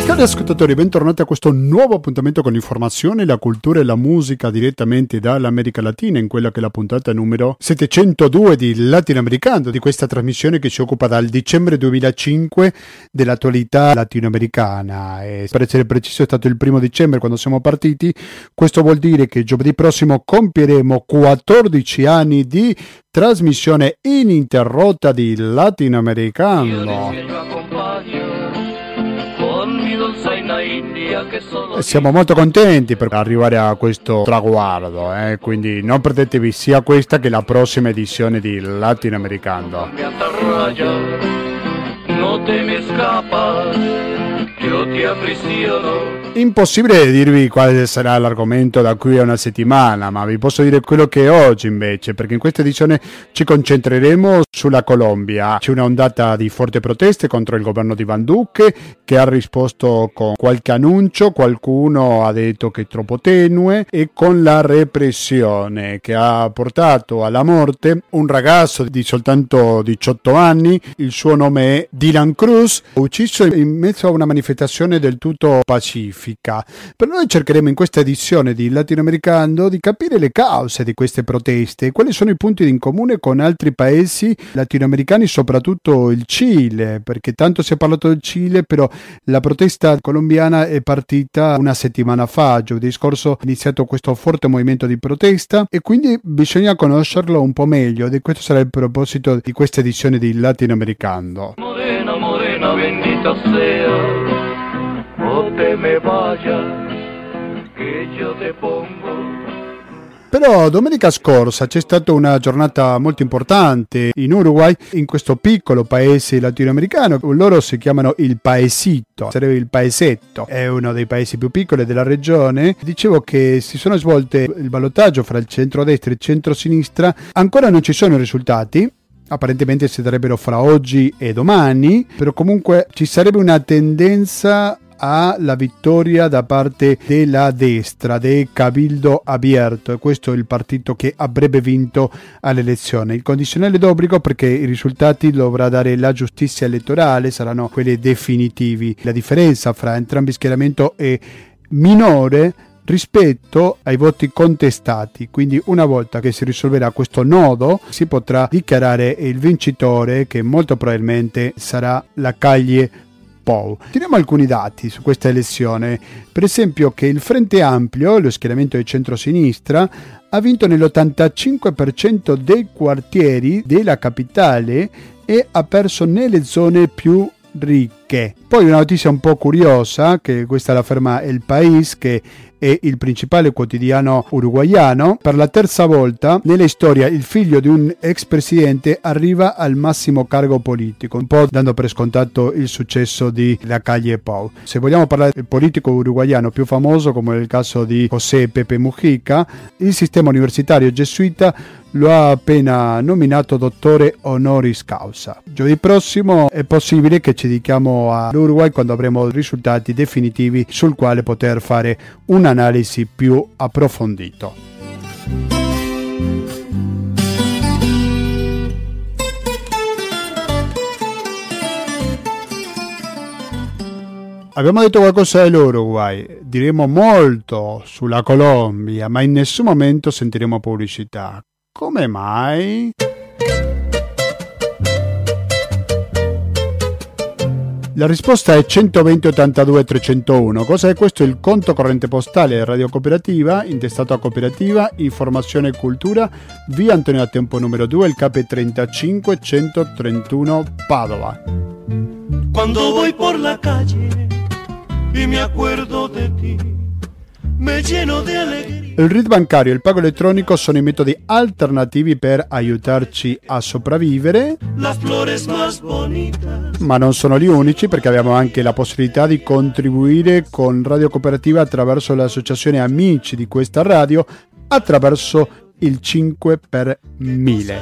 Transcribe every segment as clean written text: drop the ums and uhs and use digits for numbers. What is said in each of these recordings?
Cari ascoltatori, bentornati a questo nuovo appuntamento con l'informazione, la cultura e la musica direttamente dall'America Latina, in quella che è la puntata numero 702 di Latinoamericano, di questa trasmissione che si occupa dal dicembre 2005 dell'attualità latinoamericana. E per essere preciso è stato il 1° dicembre quando siamo partiti. Questo vuol dire che giovedì prossimo compieremo 14 anni di trasmissione ininterrotta di Latinoamericano. E siamo molto contenti per arrivare a questo traguardo, quindi non perdetevi sia questa che la prossima edizione di Latinoamericano. Impossibile dirvi quale sarà l'argomento da qui a una settimana, ma vi posso dire quello che è oggi invece, perché in questa edizione ci concentreremo sulla Colombia. C'è un'ondata di forti proteste contro il governo di Iván Duque, che ha risposto con qualche annuncio, qualcuno ha detto che è troppo tenue, e con la repressione che ha portato alla morte un ragazzo di soltanto 18 anni, il suo nome è Dylan Cruz, ucciso in mezzo a una manifestazione del tutto pacifica. Per noi cercheremo in questa edizione di Latinoamericano di capire le cause di queste proteste, quali sono i punti in comune con altri paesi latinoamericani, soprattutto il Cile, perché tanto si è parlato del Cile, però la protesta colombiana è partita una settimana fa. Giovedì scorso è iniziato questo forte movimento di protesta e quindi bisogna conoscerlo un po' meglio, e questo sarà il proposito di questa edizione di Latinoamericano. Morena, morena, bendita sea. No te me vayas, que yo te pongo. Però domenica scorsa c'è stata una giornata molto importante in Uruguay, in questo piccolo paese latinoamericano. Loro si chiamano il Paesito, sarebbe il Paesetto, è uno dei paesi più piccoli della regione. Dicevo che si sono svolte il ballottaggio fra il centro-destra e il centro-sinistra, ancora non ci sono i risultati. Apparentemente si darebbero fra oggi e domani, però comunque ci sarebbe una tendenza alla vittoria da parte della destra, del Cabildo Abierto, e questo è il partito che avrebbe vinto all'elezione. Il condizionale d'obbligo, perché i risultati dovrà dare la giustizia elettorale, saranno quelli definitivi. La differenza fra entrambi schieramenti è minore rispetto ai voti contestati, quindi una volta che si risolverà questo nodo si potrà dichiarare il vincitore, che molto probabilmente sarà la Calle Pou. Teniamo alcuni dati su questa elezione, per esempio che il Frente Ampio, lo schieramento di centrosinistra, ha vinto nell'85% dei quartieri della capitale e ha perso nelle zone più ricche. Poi una notizia un po' curiosa, che questa la afferma El País, che è il principale quotidiano uruguaiano: per la terza volta nella storia il figlio di un ex presidente arriva al massimo cargo politico, un po' dando per scontato il successo di la Calle Pou. Se vogliamo parlare del politico uruguaiano più famoso, come nel caso di José Pepe Mujica, il sistema universitario gesuita lo ha appena nominato dottore honoris causa. Giovedì prossimo è possibile che ci dedichiamo all'Uruguay quando avremo risultati definitivi sul quale poter fare un'analisi più approfondita. Abbiamo detto qualcosa dell'Uruguay, diremo molto sulla Colombia, ma in nessun momento sentiremo pubblicità. Come mai? La risposta è 120 82 301. Cosa è questo? Il conto corrente postale Radio Cooperativa, intestato a Cooperativa Informazione e Cultura, via Antonio da Tempo numero 2, il KP 35 131 Padova. Quando voy por la calle y me acuerdo de ti, me lleno de alegría. Il RID bancario e il pago elettronico sono i metodi alternativi per aiutarci a sopravvivere, ma non sono gli unici, perché abbiamo anche la possibilità di contribuire con Radio Cooperativa attraverso l'associazione Amici di questa radio, attraverso il 5 per 1000.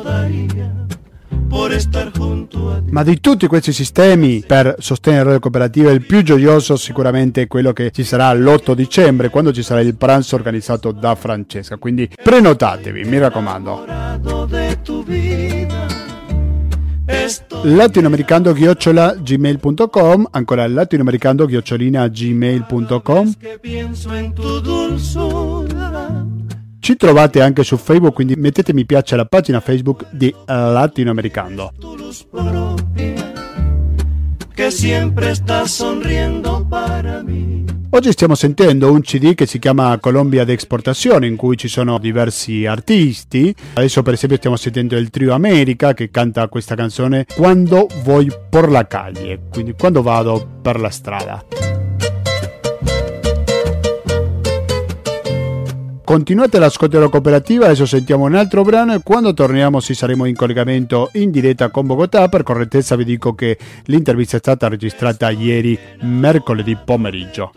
Ma di tutti questi sistemi per sostenere Radio Cooperativa, il più gioioso sicuramente è quello che ci sarà l'8 dicembre, quando ci sarà il pranzo organizzato da Francesca, quindi prenotatevi, mi raccomando. latinoamericando@gmail.com, ancora latinoamericando@gmail.com. Ci trovate anche su Facebook, quindi mettete mi piace alla pagina Facebook di Latinoamericando. Oggi stiamo sentendo un CD che si chiama Colombia de Exportazione, in cui ci sono diversi artisti. Adesso per esempio stiamo sentendo il Trio America che canta questa canzone Quando voy por la calle, quindi quando vado per la strada. Continuate l'ascolto della cooperativa, adesso sentiamo un altro brano e quando torniamo saremo in collegamento in diretta con Bogotà. Per correttezza vi dico che l'intervista è stata registrata ieri mercoledì pomeriggio.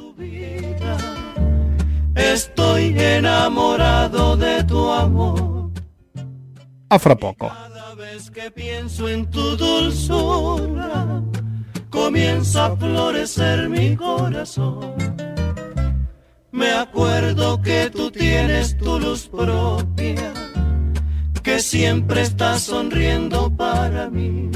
Estoy enamorado de tu amor. A fra poco. Cada vez que pienso en tu dulzura, comienza a florecer mi corazón. Me acuerdo que tú tienes tu luz propia, que siempre estás sonriendo para mí.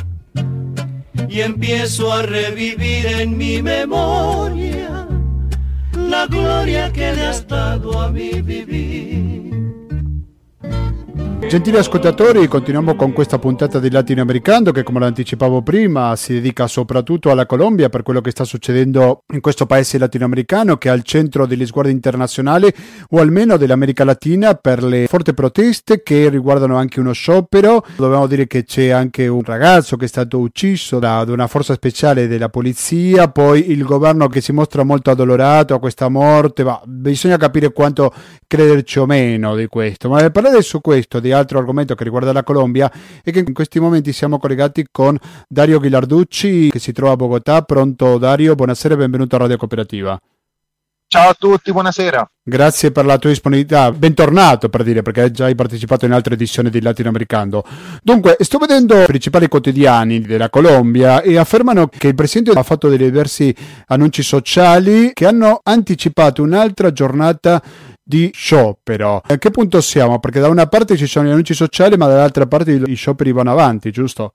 Y empiezo a revivir en mi memoria la gloria que le has dado a mi vivir. Gentili ascoltatori, continuiamo con questa puntata di Latinoamericano che, come lo anticipavo prima, si dedica soprattutto alla Colombia per quello che sta succedendo in questo paese latinoamericano che è al centro degli sguardi internazionali o almeno dell'America Latina per le forti proteste che riguardano anche uno sciopero. Dobbiamo dire che c'è anche un ragazzo che è stato ucciso da una forza speciale della polizia, poi il governo che si mostra molto addolorato a questa morte, ma bisogna capire quanto crederci o meno di questo. Ma per parlare su questo, di altro argomento che riguarda la Colombia, è che in questi momenti siamo collegati con Dario Ghilarducci che si trova a Bogotà. Pronto Dario? Buonasera e benvenuto a Radio Cooperativa. Ciao a tutti, buonasera. Grazie per la tua disponibilità, bentornato per dire, perché già hai partecipato in altre edizioni di Latinoamericano. Dunque, sto vedendo i principali quotidiani della Colombia e affermano che il presidente ha fatto dei diversi annunci sociali che hanno anticipato un'altra giornata di sciopero. A che punto siamo? Perché da una parte ci sono gli annunci sociali, ma dall'altra parte gli scioperi vanno avanti, giusto?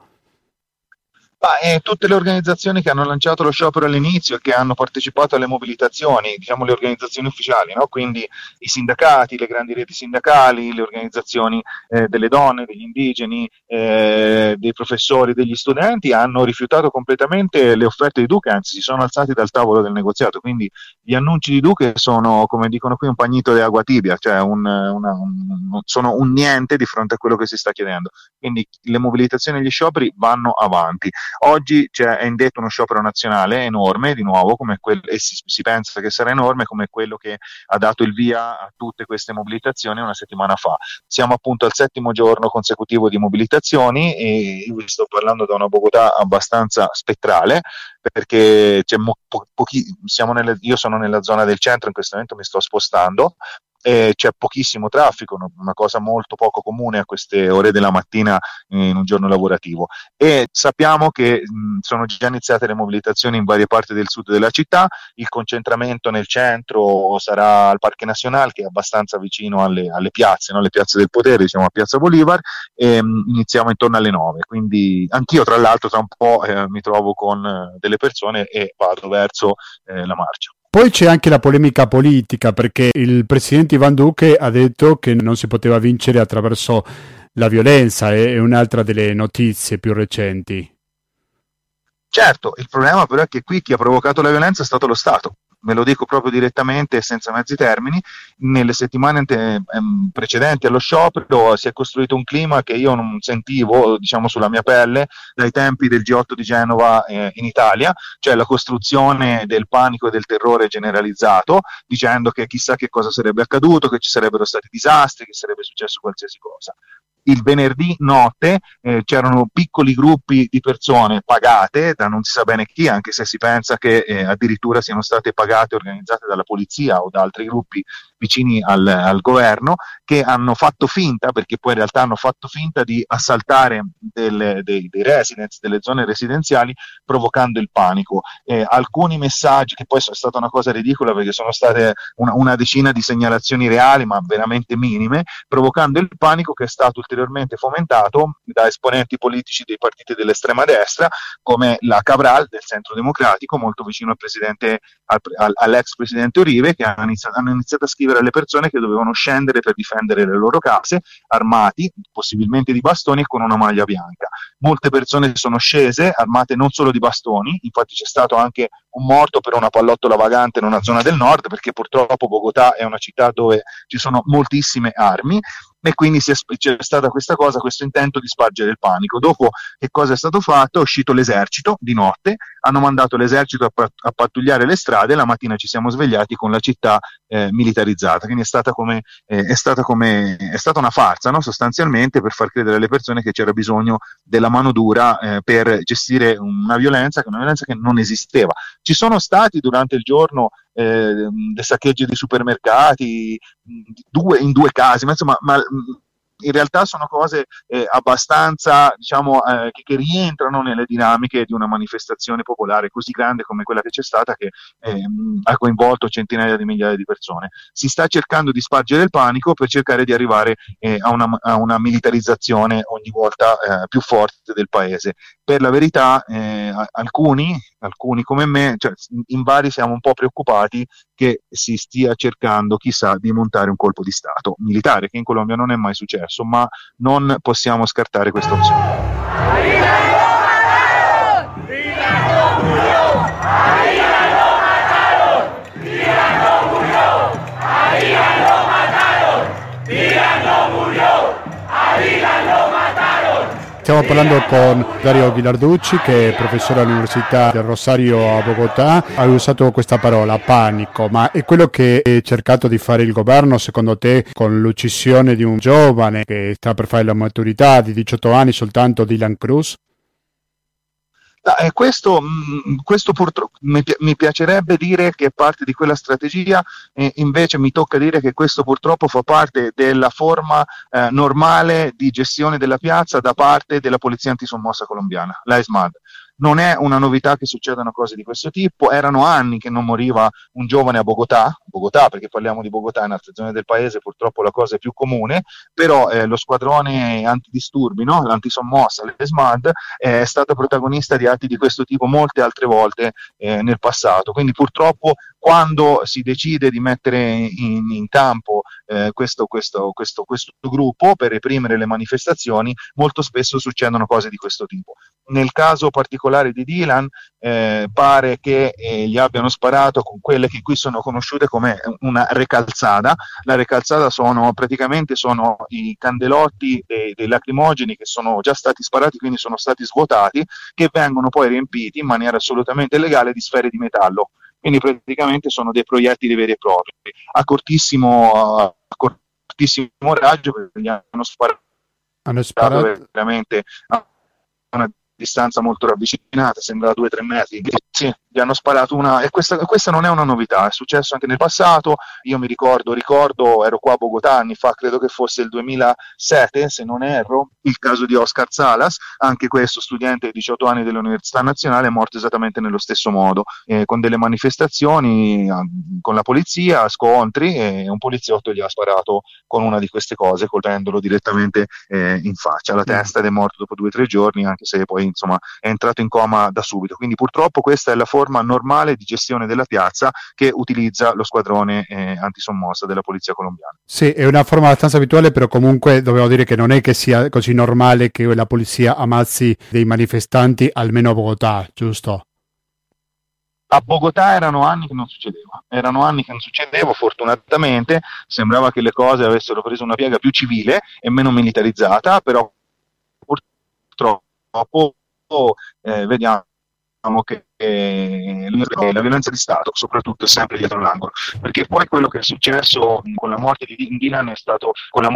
Tutte le organizzazioni che hanno lanciato lo sciopero all'inizio e che hanno partecipato alle mobilitazioni, diciamo le organizzazioni ufficiali, no? Quindi i sindacati, le grandi reti sindacali, le organizzazioni delle donne, degli indigeni, dei professori, degli studenti, hanno rifiutato completamente le offerte di Duque, anzi si sono alzati dal tavolo del negoziato. Quindi gli annunci di Duque sono, come dicono qui, un pagnito de agua tibia, cioè sono un niente di fronte a quello che si sta chiedendo. Quindi le mobilitazioni e gli scioperi vanno avanti. Oggi è indetto uno sciopero nazionale enorme, di nuovo, e si pensa che sarà enorme come quello che ha dato il via a tutte queste mobilitazioni una settimana fa. Siamo appunto al 7° giorno consecutivo di mobilitazioni e io vi sto parlando da una Bogotà abbastanza spettrale, perché io sono nella zona del centro, in questo momento mi sto spostando. C'è pochissimo traffico, una cosa molto poco comune a queste ore della mattina in un giorno lavorativo, e sappiamo che sono già iniziate le mobilitazioni in varie parti del sud della città. Il concentramento nel centro sarà al Parque Nacional, che è abbastanza vicino alle piazze, no? Le piazze del potere, diciamo a Piazza Bolivar, e iniziamo intorno alle 9, quindi anch'io tra l'altro tra un po' mi trovo con delle persone e vado verso la marcia. Poi c'è anche la polemica politica, perché il presidente Iván Duque ha detto che non si poteva vincere attraverso la violenza, è un'altra delle notizie più recenti. Certo, il problema però è che qui chi ha provocato la violenza è stato lo Stato. Ve lo dico proprio direttamente e senza mezzi termini. Nelle settimane precedenti allo sciopero si è costruito un clima che io non sentivo, diciamo, sulla mia pelle dai tempi del G8 di Genova in Italia, cioè la costruzione del panico e del terrore generalizzato, dicendo che chissà che cosa sarebbe accaduto, che ci sarebbero stati disastri, che sarebbe successo qualsiasi cosa. Il venerdì notte c'erano piccoli gruppi di persone pagate da non si sa bene chi, anche se si pensa che addirittura siano state pagate e organizzate dalla polizia o da altri gruppi vicini al governo, che hanno fatto finta, perché poi in realtà hanno fatto finta di assaltare dei residence, delle zone residenziali, provocando il panico. Alcuni messaggi, che poi è stata una cosa ridicola perché sono state una decina di segnalazioni reali ma veramente minime, provocando il panico che è stato ulteriormente ulteriormente fomentato da esponenti politici dei partiti dell'estrema destra, come la Cabral del Centro Democratico, molto vicino al presidente, all'ex presidente Uribe, che hanno iniziato a scrivere alle persone che dovevano scendere per difendere le loro case, armati, possibilmente di bastoni e con una maglia bianca. Molte persone sono scese, armate non solo di bastoni, infatti c'è stato anche un morto per una pallottola vagante in una zona del nord, perché purtroppo Bogotà è una città dove ci sono moltissime armi, e quindi c'è stata questa cosa, questo intento di spargere il panico. Dopo che cosa è stato fatto? È uscito l'esercito di notte, hanno mandato l'esercito a pattugliare le strade, e la mattina ci siamo svegliati con la città militarizzata. Quindi è stata una farsa, no? Sostanzialmente, per far credere alle persone che c'era bisogno della mano dura per gestire una violenza che non esisteva. Ci sono stati durante il giorno dei saccheggi di supermercati, in due casi, ma insomma, in realtà sono cose abbastanza, diciamo, che rientrano nelle dinamiche di una manifestazione popolare così grande come quella che c'è stata, che ha coinvolto centinaia di migliaia di persone. Si sta cercando di spargere il panico per cercare di arrivare a una militarizzazione ogni volta più forte del paese. Per la verità, alcuni come me, cioè, in vari siamo un po' preoccupati che si stia cercando, chissà, di montare un colpo di Stato militare, che in Colombia non è mai successo, ma non possiamo scartare questa opzione. Stiamo parlando con Dario Ghilarducci, che è professore all'Università del Rosario a Bogotà. Ha usato questa parola, panico, ma è quello che ha cercato di fare il governo, secondo te, con l'uccisione di un giovane che sta per fare la maturità di 18 anni soltanto, Dylan Cruz? Questo purtroppo mi piacerebbe dire che è parte di quella strategia, invece mi tocca dire che questo purtroppo fa parte della forma normale di gestione della piazza da parte della polizia antisommossa colombiana, la ESMAD. Non è una novità che succedano cose di questo tipo, erano anni che non moriva un giovane a Bogotà, perché parliamo di Bogotà, in altre zone del paese purtroppo la cosa è più comune, però lo squadrone antidisturbi, no? L'antisommossa, l'ESMAD, è stata protagonista di atti di questo tipo molte altre volte nel passato, quindi purtroppo quando si decide di mettere in campo questo gruppo per reprimere le manifestazioni, molto spesso succedono cose di questo tipo. Nel caso particolare di Dylan pare che gli abbiano sparato con quelle che qui sono conosciute come una recalzada. La recalzada sono i candelotti dei lacrimogeni che sono già stati sparati, quindi sono stati svuotati, che vengono poi riempiti in maniera assolutamente legale di sfere di metallo. Quindi praticamente sono dei proiettili veri e propri, a cortissimo raggio, perché gli hanno sparato veramente a una distanza molto ravvicinata, sembra 2-3 metri. Sì, gli hanno sparato una, e questa non è una novità, è successo anche nel passato. Io mi ricordo, ero qua a Bogotà anni fa, credo che fosse il 2007, se non erro, il caso di Oscar Salas, anche questo studente di 18 anni dell'Università Nazionale, è morto esattamente nello stesso modo, con delle manifestazioni, con la polizia, scontri, e un poliziotto gli ha sparato con una di queste cose, colpendolo direttamente in faccia, alla testa, ed è morto dopo 2 o 3 giorni, anche se poi insomma è entrato in coma da subito. Quindi purtroppo questa è la forma normale di gestione della piazza che utilizza lo squadrone antisommossa della polizia colombiana. Sì, è una forma abbastanza abituale, però comunque dobbiamo dire che non è che sia così normale che la polizia ammazzi dei manifestanti, almeno a Bogotà, giusto? A Bogotà erano anni che non succedeva, fortunatamente sembrava che le cose avessero preso una piega più civile e meno militarizzata, però purtroppo vediamo che la violenza di Stato soprattutto è sempre dietro l'angolo, perché poi quello che è successo con la morte di Dylan è stata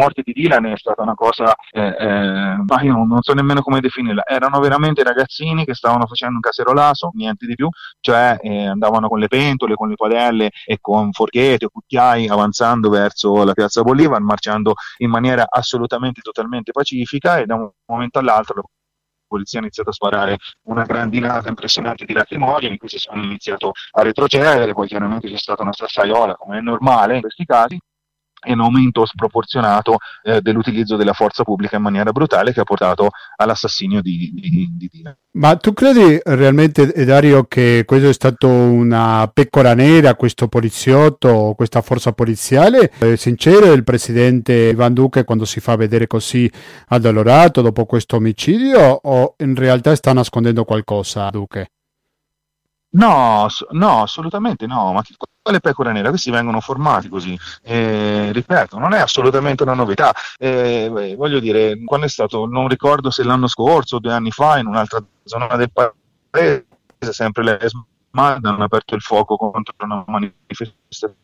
una cosa, ma io non so nemmeno come definirla. Erano veramente ragazzini che stavano facendo un caserolaso, niente di più, cioè andavano con le pentole, con le padelle e con forchette o cucchiai avanzando verso la piazza Bolivar, marciando in maniera assolutamente totalmente pacifica, e da un momento all'altro la polizia ha iniziato a sparare una grandinata impressionante di lacrimogeni, questi sono iniziato a retrocedere, poi chiaramente c'è stata una sassaiola, come è normale in questi casi, e un aumento sproporzionato dell'utilizzo della forza pubblica in maniera brutale, che ha portato all'assassinio di Dina. Ma tu credi realmente, Dario, che questo è stato una pecora nera, questo poliziotto, questa forza poliziale? È sincero il presidente Ivan Duque quando si fa vedere così addolorato dopo questo omicidio, o in realtà sta nascondendo qualcosa, Duque? No, no, assolutamente no, ma quale pecora nera? Questi vengono formati così, ripeto, non è assolutamente una novità. Voglio dire, quando è stato, non ricordo se l'anno scorso o 2 anni fa, in un'altra zona del paese, sempre le SMAD hanno aperto il fuoco contro una manifestazione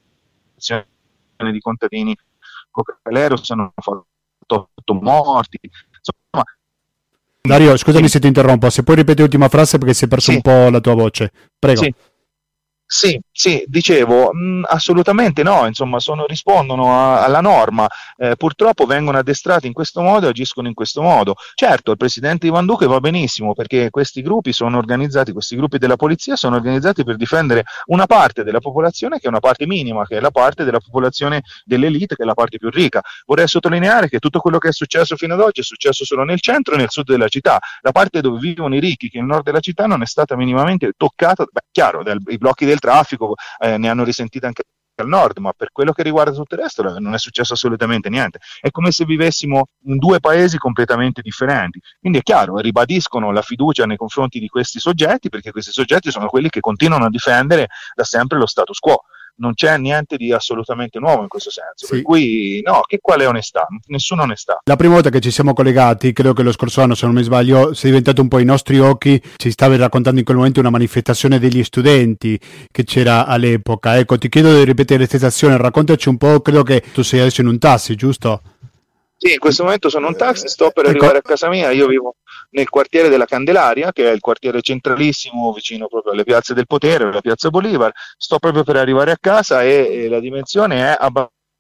di contadini cocaleros, hanno fatto 8 morti, insomma. Dario, scusami se ti interrompo, se puoi ripetere l'ultima frase perché si è perso un po' la tua voce. Prego. Sì, dicevo, assolutamente no, insomma, rispondono alla norma, purtroppo vengono addestrati in questo modo e agiscono in questo modo. Certo, il presidente Ivan Duque va benissimo, perché questi gruppi della polizia sono organizzati per difendere una parte della popolazione che è una parte minima, che è la parte della popolazione dell'elite, che è la parte più ricca. Vorrei sottolineare che tutto quello che è successo fino ad oggi è successo solo nel centro e nel sud della città. La parte dove vivono i ricchi, che è il nord della città, non è stata minimamente toccata, chiaro, i blocchi del traffico ne hanno risentito anche al nord, ma per quello che riguarda tutto il resto non è successo assolutamente niente. È come se vivessimo in 2 paesi completamente differenti. Quindi è chiaro, ribadiscono la fiducia nei confronti di questi soggetti, perché questi soggetti sono quelli che continuano a difendere da sempre lo status quo. Non c'è niente di assolutamente nuovo in questo senso, sì. Per cui no, che quale onestà? Nessuna onestà. La prima volta che ci siamo collegati, credo che lo scorso anno, se non mi sbaglio, si è diventato un po' i nostri occhi, ci stavi raccontando in quel momento una manifestazione degli studenti che c'era all'epoca. Ecco, ti chiedo di ripetere la stessa azione, raccontaci un po', credo che tu sei adesso in un taxi, giusto? Sì, in questo momento sono un taxi, sto per arrivare a casa mia, io vivo nel quartiere della Candelaria, che è il quartiere centralissimo, vicino proprio alle piazze del potere, alla piazza Bolivar, sto proprio per arrivare a casa e la dimensione è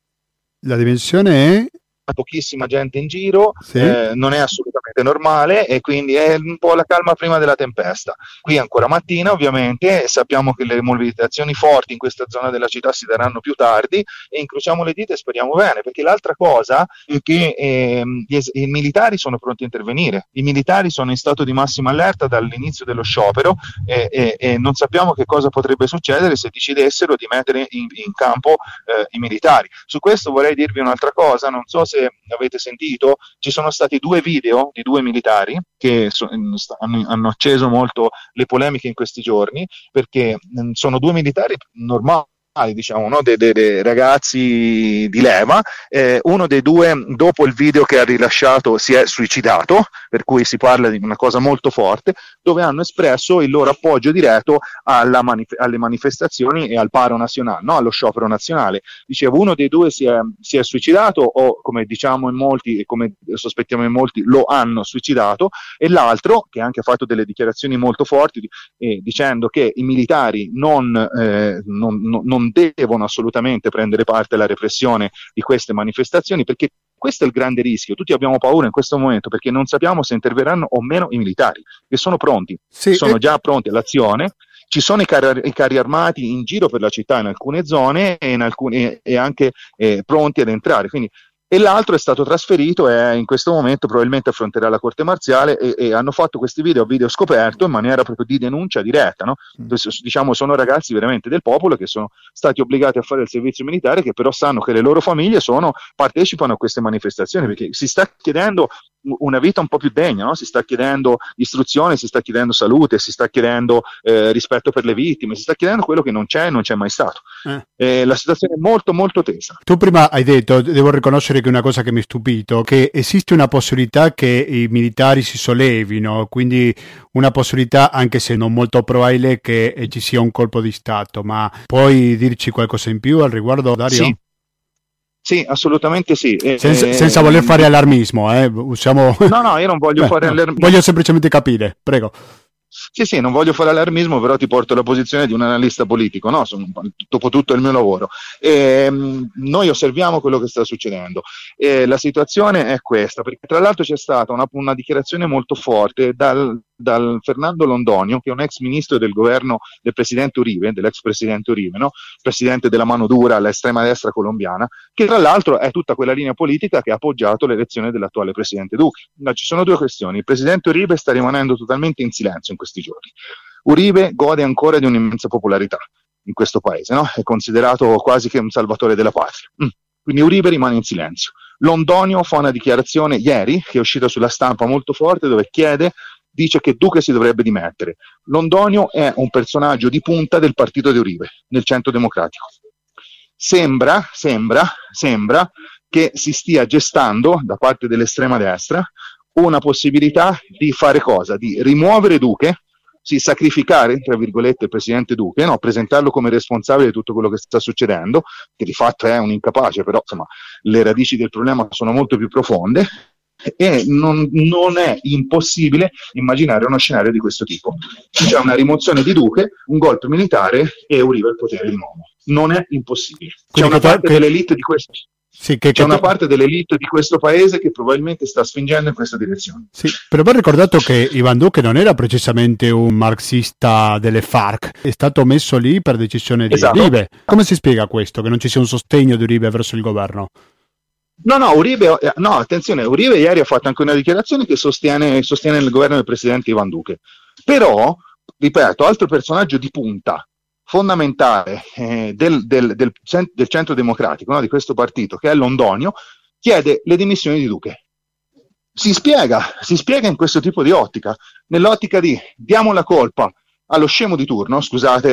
La dimensione è? Pochissima gente in giro, sì. Non è assolutamente normale e quindi è un po' la calma prima della tempesta. Qui è ancora mattina ovviamente, sappiamo che le mobilitazioni forti in questa zona della città si daranno più tardi e incrociamo le dita e speriamo bene, perché l'altra cosa è che i militari sono pronti a intervenire, i militari sono in stato di massima allerta dall'inizio dello sciopero e non sappiamo che cosa potrebbe succedere se decidessero di mettere in campo i militari. Su questo vorrei dirvi un'altra cosa, non so se avete sentito, ci sono stati 2 video di 2 militari che hanno acceso molto le polemiche in questi giorni, perché sono 2 militari normali, diciamo, no? dei ragazzi di leva. Uno dei 2 dopo il video che ha rilasciato si è suicidato, per cui si parla di una cosa molto forte, dove hanno espresso il loro appoggio diretto alle manifestazioni e al paro nazionale, no? Allo sciopero nazionale. Dicevo, uno dei 2 si è suicidato, o come diciamo in molti e come sospettiamo in molti, lo hanno suicidato, e l'altro, che anche ha fatto delle dichiarazioni molto forti dicendo che i militari non devono assolutamente prendere parte alla repressione di queste manifestazioni, perché questo è il grande rischio. Tutti abbiamo paura in questo momento perché non sappiamo se interverranno o meno i militari, che sono pronti, sono già pronti all'azione. Ci sono i carri armati in giro per la città in alcune zone e anche pronti ad entrare. Quindi, e l'altro è stato trasferito e in questo momento probabilmente affronterà la corte marziale e hanno fatto questi video a video scoperto in maniera proprio di denuncia diretta, no? Diciamo, sono ragazzi veramente del popolo che sono stati obbligati a fare il servizio militare, che però sanno che le loro famiglie partecipano a queste manifestazioni, perché si sta chiedendo una vita un po' più degna, no? Si sta chiedendo istruzione, si sta chiedendo salute, si sta chiedendo rispetto per le vittime, si sta chiedendo quello che non c'è mai stato. La situazione è molto molto tesa. Tu prima hai detto, devo riconoscere che una cosa che mi ha stupito, che esiste una possibilità che i militari si sollevino, quindi una possibilità, anche se non molto probabile, che ci sia un colpo di Stato, ma puoi dirci qualcosa in più al riguardo, Dario? Sì, assolutamente sì. Senza voler fare allarmismo, usiamo... No, io non voglio fare allarmismo. Voglio semplicemente capire, prego. Sì, non voglio fare allarmismo, però ti porto la posizione di un analista politico, no? Dopo tutto il mio lavoro. Noi osserviamo quello che sta succedendo. La situazione è questa, perché tra l'altro c'è stata una dichiarazione molto forte dal Fernando Londonio, che è un ex ministro del governo del presidente Uribe, dell'ex presidente Uribe, no? Presidente della mano dura all'estrema destra colombiana, che tra l'altro è tutta quella linea politica che ha appoggiato l'elezione dell'attuale presidente Duque. No, ci sono due questioni. Il presidente Uribe sta rimanendo totalmente in silenzio in questi giorni. Uribe gode ancora di un'immensa popolarità in questo paese, no? È considerato quasi che un salvatore della patria. Quindi Uribe rimane in silenzio. Londonio fa una dichiarazione ieri, che è uscita sulla stampa molto forte, dove dice che Duque si dovrebbe dimettere. Londonio è un personaggio di punta del partito di Uribe, nel Centro Democratico. Sembra che si stia gestando da parte dell'estrema destra una possibilità di fare cosa? Di rimuovere Duque, sacrificare, tra virgolette, il presidente Duque, no? Presentarlo come responsabile di tutto quello che sta succedendo, che di fatto è un incapace, però insomma le radici del problema sono molto più profonde, e non è impossibile immaginare uno scenario di questo tipo. C'è una rimozione di Duque, un golpe militare e Uribe al potere di nuovo. Non è impossibile. C'è una parte dell'elite di questo. Sì, c'è una parte dell'elite di questo paese che probabilmente sta spingendo in questa direzione. Sì, però va ricordato che Iván Duque non era precisamente un marxista delle FARC, è stato messo lì per decisione di Uribe. Come si spiega questo, che non ci sia un sostegno di Uribe verso il governo? Attenzione, Uribe ieri ha fatto anche una dichiarazione che sostiene il governo del presidente Iván Duque. Però, ripeto, altro personaggio di punta fondamentale del Centro Democratico, no, di questo partito, che è Londonio, chiede le dimissioni di Duque. Si spiega in questo tipo di ottica, nell'ottica di diamo la colpa allo scemo di turno, scusate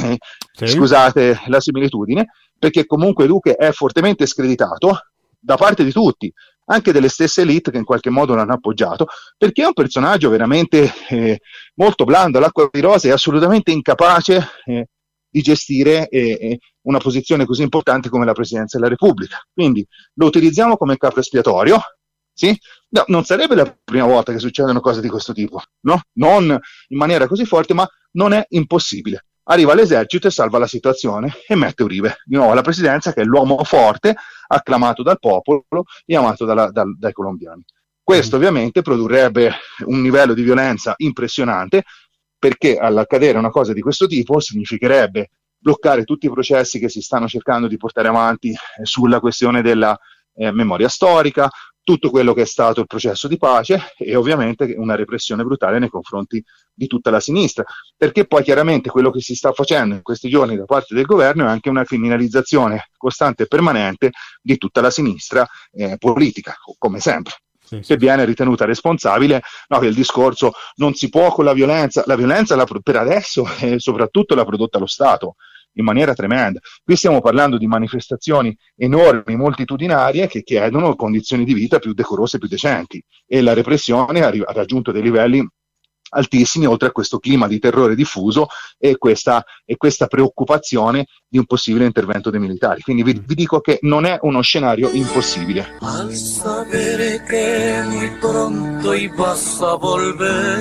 la similitudine, perché comunque Duque è fortemente screditato da parte di tutti, anche delle stesse elite che in qualche modo l'hanno appoggiato, perché è un personaggio veramente molto blando, all'acqua di rose, è assolutamente incapace di gestire una posizione così importante come la Presidenza della Repubblica. Quindi lo utilizziamo come capro espiatorio, sì? No, non sarebbe la prima volta che succedono cose di questo tipo, no? Non in maniera così forte, ma non è impossibile. Arriva l'esercito e salva la situazione e mette Uribe di nuovo alla presidenza, che è l'uomo forte, acclamato dal popolo e amato dai colombiani. Questo ovviamente produrrebbe un livello di violenza impressionante, perché all'accadere una cosa di questo tipo significherebbe bloccare tutti i processi che si stanno cercando di portare avanti sulla questione della memoria storica, tutto quello che è stato il processo di pace, e ovviamente una repressione brutale nei confronti di tutta la sinistra, perché poi chiaramente quello che si sta facendo in questi giorni da parte del governo è anche una criminalizzazione costante e permanente di tutta la sinistra politica, come sempre. Che viene ritenuta responsabile, no, che il discorso non si può con la violenza per adesso soprattutto l'ha prodotta lo Stato in maniera tremenda. Qui stiamo parlando di manifestazioni enormi, moltitudinarie, che chiedono condizioni di vita più decorose, più decenti, e la repressione ha raggiunto dei livelli altissimi, oltre a questo clima di terrore diffuso e questa preoccupazione di un possibile intervento dei militari. Quindi vi dico che non è uno scenario impossibile. Al sapere che muy pronto ibas a volver,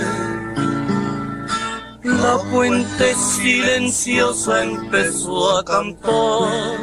la fuente silenciosa empezó a cantar,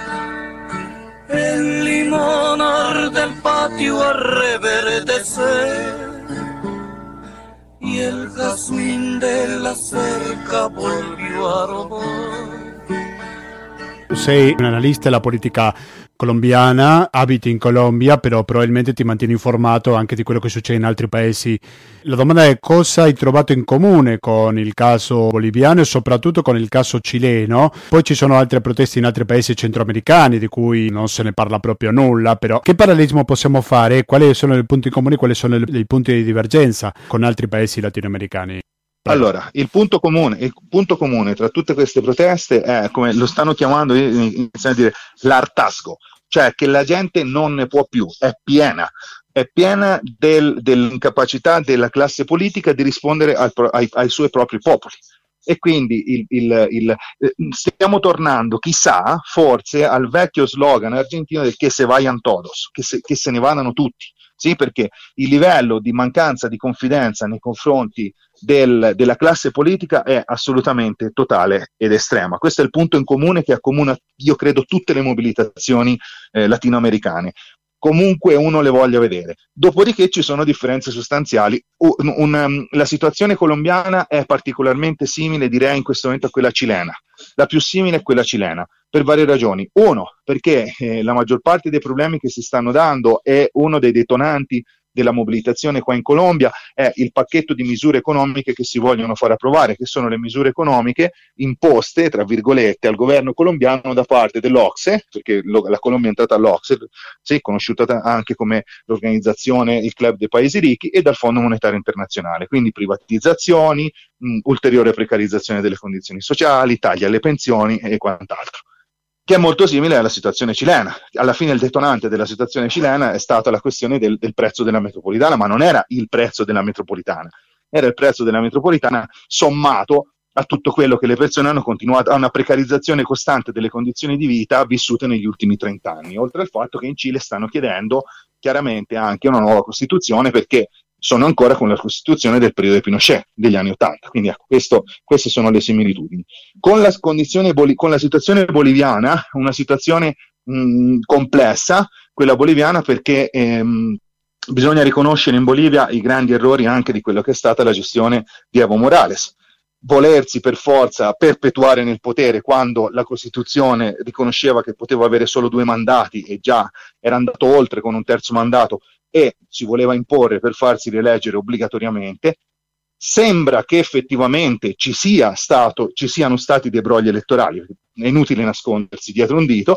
el limonar del patio a reverdecer, y el jazmín de la cerca volvió a robar. Sei un analista della politica colombiana, abiti in Colombia, però probabilmente ti mantieni informato anche di quello che succede in altri paesi. La domanda è: cosa hai trovato in comune con il caso boliviano e soprattutto con il caso cileno? Poi ci sono altre proteste in altri paesi centroamericani di cui non se ne parla proprio nulla, però che parallelismo possiamo fare? Quali sono i punti comuni, quali sono i punti di divergenza con altri paesi latinoamericani? Allora, il punto comune tra tutte queste proteste è, come lo stanno chiamando, iniziano a dire, l'hartazgo, cioè che la gente non ne può più, è piena dell'incapacità della classe politica di rispondere ai suoi propri popoli. E quindi stiamo tornando, chissà, forse al vecchio slogan argentino del che se vayan todos, che se ne vadano tutti. Sì, perché il livello di mancanza di confidenza nei confronti della classe politica è assolutamente totale ed estrema. Questo è il punto in comune che accomuna, io credo, tutte le mobilitazioni latinoamericane. comunque uno le voglia vedere. Dopodiché ci sono differenze sostanziali. La situazione colombiana è particolarmente simile, direi, in questo momento a quella cilena. La più simile è quella cilena, per varie ragioni. Uno, perché la maggior parte dei problemi che si stanno dando è uno dei detonanti della mobilitazione qua in Colombia, è il pacchetto di misure economiche che si vogliono far approvare, che sono le misure economiche imposte, tra virgolette, al governo colombiano da parte dell'OCSE, perché la Colombia è entrata all'OCSE, sì, conosciuta anche come l'organizzazione, il club dei paesi ricchi, e dal Fondo Monetario Internazionale, quindi privatizzazioni, ulteriore precarizzazione delle condizioni sociali, tagli alle pensioni e quant'altro, che è molto simile alla situazione cilena. Alla fine il detonante della situazione cilena è stata la questione del prezzo della metropolitana, ma non era il prezzo della metropolitana, era il prezzo della metropolitana sommato a tutto quello che le persone hanno continuato, a una precarizzazione costante delle condizioni di vita vissute negli ultimi 30 anni, oltre al fatto che in Cile stanno chiedendo chiaramente anche una nuova Costituzione, perché sono ancora con la Costituzione del periodo di Pinochet, degli anni '80. Quindi ecco, queste sono le similitudini. Con la situazione boliviana, una situazione complessa, quella boliviana, perché bisogna riconoscere in Bolivia i grandi errori anche di quello che è stata la gestione di Evo Morales. Volersi per forza perpetuare nel potere quando la Costituzione riconosceva che poteva avere solo 2 mandati e già era andato oltre con un terzo mandato, e si voleva imporre per farsi rieleggere obbligatoriamente. Sembra che effettivamente ci siano stati dei brogli elettorali, è inutile nascondersi dietro un dito,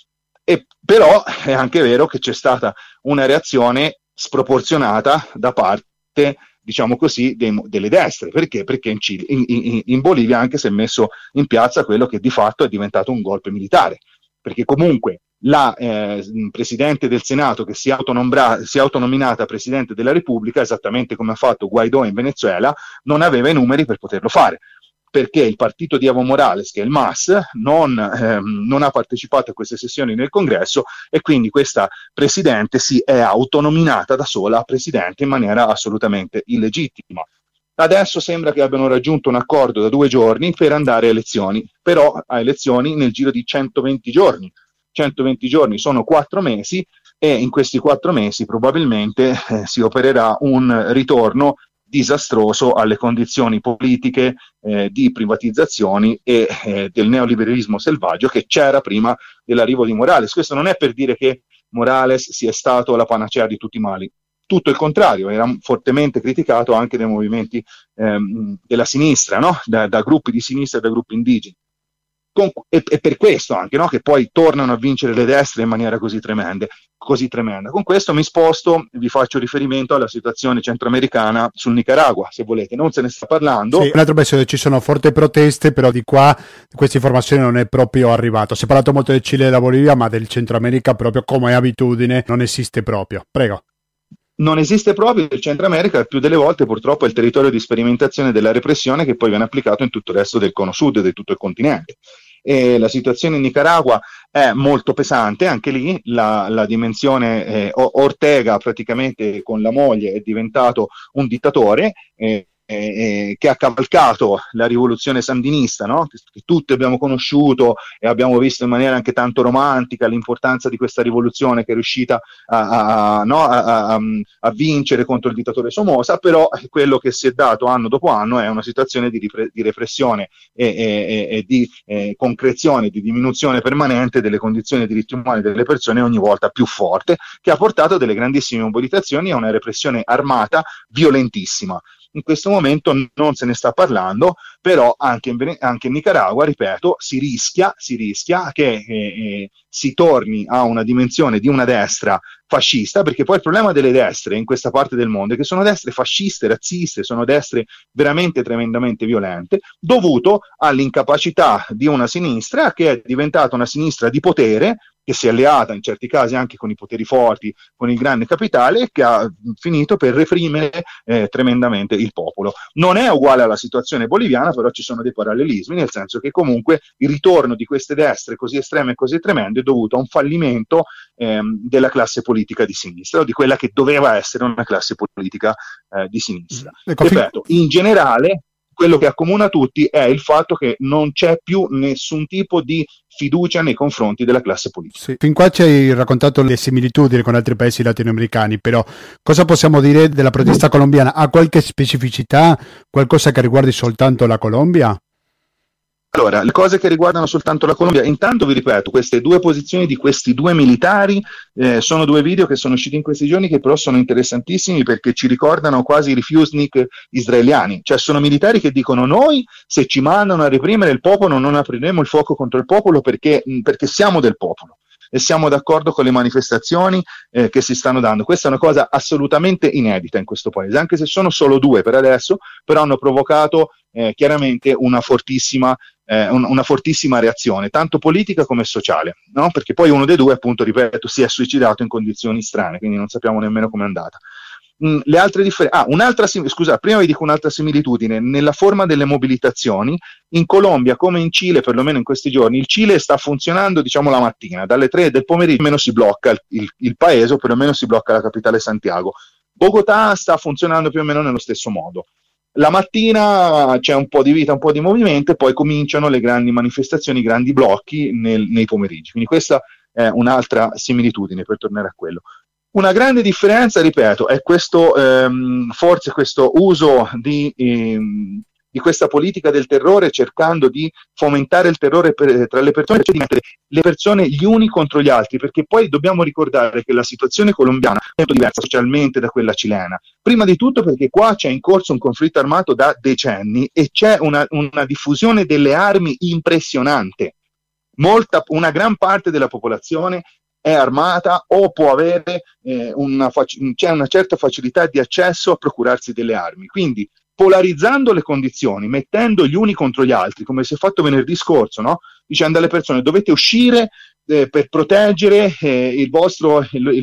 però è anche vero che c'è stata una reazione sproporzionata da parte, diciamo così, delle destre. Perché? Perché in Cile, in Bolivia anche si è messo in piazza quello che di fatto è diventato un golpe militare, perché comunque la Presidente del Senato, che si è autonominata Presidente della Repubblica, esattamente come ha fatto Guaidó in Venezuela, non aveva i numeri per poterlo fare, perché il partito di Evo Morales, che è il MAS, non ha partecipato a queste sessioni nel Congresso, e quindi questa Presidente si è autonominata da sola Presidente in maniera assolutamente illegittima. Adesso sembra che abbiano raggiunto un accordo da 2 giorni per andare a elezioni, però a elezioni nel giro di 120 giorni. 120 giorni sono 4 mesi, e in questi 4 mesi probabilmente si opererà un ritorno disastroso alle condizioni politiche di privatizzazioni e del neoliberismo selvaggio che c'era prima dell'arrivo di Morales. Questo non è per dire che Morales sia stato la panacea di tutti i mali. Tutto il contrario, era fortemente criticato anche dai movimenti della sinistra, no? da gruppi di sinistra e da gruppi indigeni. E per questo anche, no? Che poi tornano a vincere le destre in maniera così tremenda. Con questo mi sposto, vi faccio riferimento alla situazione centroamericana sul Nicaragua, se volete. Non se ne sta parlando. Sì, un altro pezzo, ci sono forti proteste, però di qua questa informazione non è proprio arrivata. Si è parlato molto del Cile e della Bolivia, ma del Centro America, proprio come abitudine, non esiste proprio. Prego. Non esiste proprio. Il Centro America più delle volte purtroppo è il territorio di sperimentazione della repressione che poi viene applicato in tutto il resto del cono sud e di tutto il continente. E la situazione in Nicaragua è molto pesante, anche lì la dimensione Ortega praticamente con la moglie è diventato un dittatore, che ha cavalcato la rivoluzione sandinista, no? Che tutti abbiamo conosciuto e abbiamo visto in maniera anche tanto romantica l'importanza di questa rivoluzione che è riuscita a vincere contro il dittatore Somoza. Però quello che si è dato anno dopo anno è una situazione di repressione e di concrezione, di diminuzione permanente delle condizioni dei diritti umani delle persone, ogni volta più forte, che ha portato a delle grandissime mobilitazioni e a una repressione armata violentissima. In questo momento non se ne sta parlando, però anche in Nicaragua, ripeto, si rischia che si torni a una dimensione di una destra fascista, perché poi il problema delle destre in questa parte del mondo è che sono destre fasciste, razziste, sono destre veramente tremendamente violente, dovuto all'incapacità di una sinistra che è diventata una sinistra di potere, che si è alleata in certi casi anche con i poteri forti, con il grande capitale, e che ha finito per reprimere tremendamente il popolo. Non è uguale alla situazione boliviana, però ci sono dei parallelismi, nel senso che comunque il ritorno di queste destre così estreme e così tremende è dovuto a un fallimento della classe politica di sinistra, o di quella che doveva essere una classe politica di sinistra. Ripeto, in generale quello che accomuna tutti è il fatto che non c'è più nessun tipo di fiducia nei confronti della classe politica. Sì. Fin qua ci hai raccontato le similitudini con altri paesi latinoamericani, però cosa possiamo dire della protesta colombiana? Ha qualche specificità, qualcosa che riguardi soltanto la Colombia? Allora, le cose che riguardano soltanto la Colombia, intanto vi ripeto, queste due posizioni di questi due militari sono due video che sono usciti in questi giorni che però sono interessantissimi perché ci ricordano quasi i refusnik israeliani, cioè sono militari che dicono noi se ci mandano a reprimere il popolo non apriremo il fuoco contro il popolo perché siamo del popolo e siamo d'accordo con le manifestazioni che si stanno dando. Questa è una cosa assolutamente inedita in questo paese, anche se sono solo due per adesso, però hanno provocato chiaramente una fortissima reazione, tanto politica come sociale, no? Perché poi uno dei due, appunto, ripeto, si è suicidato in condizioni strane, quindi non sappiamo nemmeno com'è andata. Le altre differenze, prima vi dico un'altra similitudine, nella forma delle mobilitazioni, in Colombia come in Cile, perlomeno in questi giorni, il Cile sta funzionando, diciamo, la mattina, dalle 3 del pomeriggio almeno si blocca il paese, o perlomeno si blocca la capitale Santiago. Bogotà sta funzionando più o meno nello stesso modo. La mattina c'è un po' di vita, un po' di movimento e poi cominciano le grandi manifestazioni, i grandi blocchi nei pomeriggi. Quindi questa è un'altra similitudine, per tornare a quello. Una grande differenza, ripeto, è forse questo uso di questa politica del terrore, cercando di fomentare il terrore tra le persone, cioè di mettere le persone gli uni contro gli altri, perché poi dobbiamo ricordare che la situazione colombiana è molto diversa socialmente da quella cilena. Prima di tutto perché qua c'è in corso un conflitto armato da decenni e c'è una diffusione delle armi impressionante. Una gran parte della popolazione è armata o può avere c'è una certa facilità di accesso a procurarsi delle armi. Quindi polarizzando le condizioni, mettendo gli uni contro gli altri, come si è fatto venerdì scorso, no? Dicendo alle persone dovete uscire per proteggere il vostro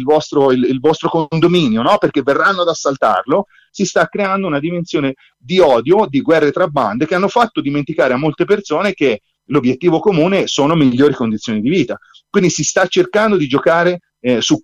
condominio, no? Perché verranno ad assaltarlo, si sta creando una dimensione di odio, di guerre tra bande che hanno fatto dimenticare a molte persone che l'obiettivo comune sono migliori condizioni di vita. Quindi si sta cercando di giocare su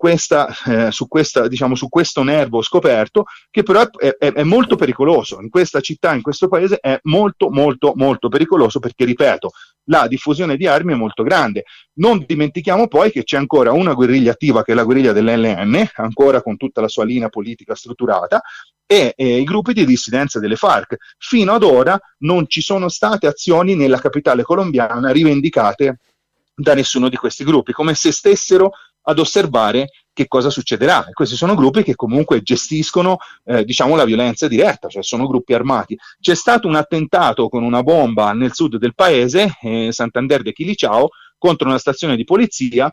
questo nervo scoperto, che però è molto pericoloso. In questa città, in questo paese, è molto molto molto pericoloso perché, ripeto, la diffusione di armi è molto grande. Non dimentichiamo poi che c'è ancora una guerriglia attiva, che è la guerriglia dell'ELN, ancora con tutta la sua linea politica strutturata, e i gruppi di dissidenza delle FARC. Fino ad ora non ci sono state azioni nella capitale colombiana rivendicate da nessuno di questi gruppi, come se stessero ad osservare che cosa succederà. E questi sono gruppi che comunque gestiscono la violenza diretta, cioè sono gruppi armati. C'è stato un attentato con una bomba nel sud del paese, Santander de Quilichao, contro una stazione di polizia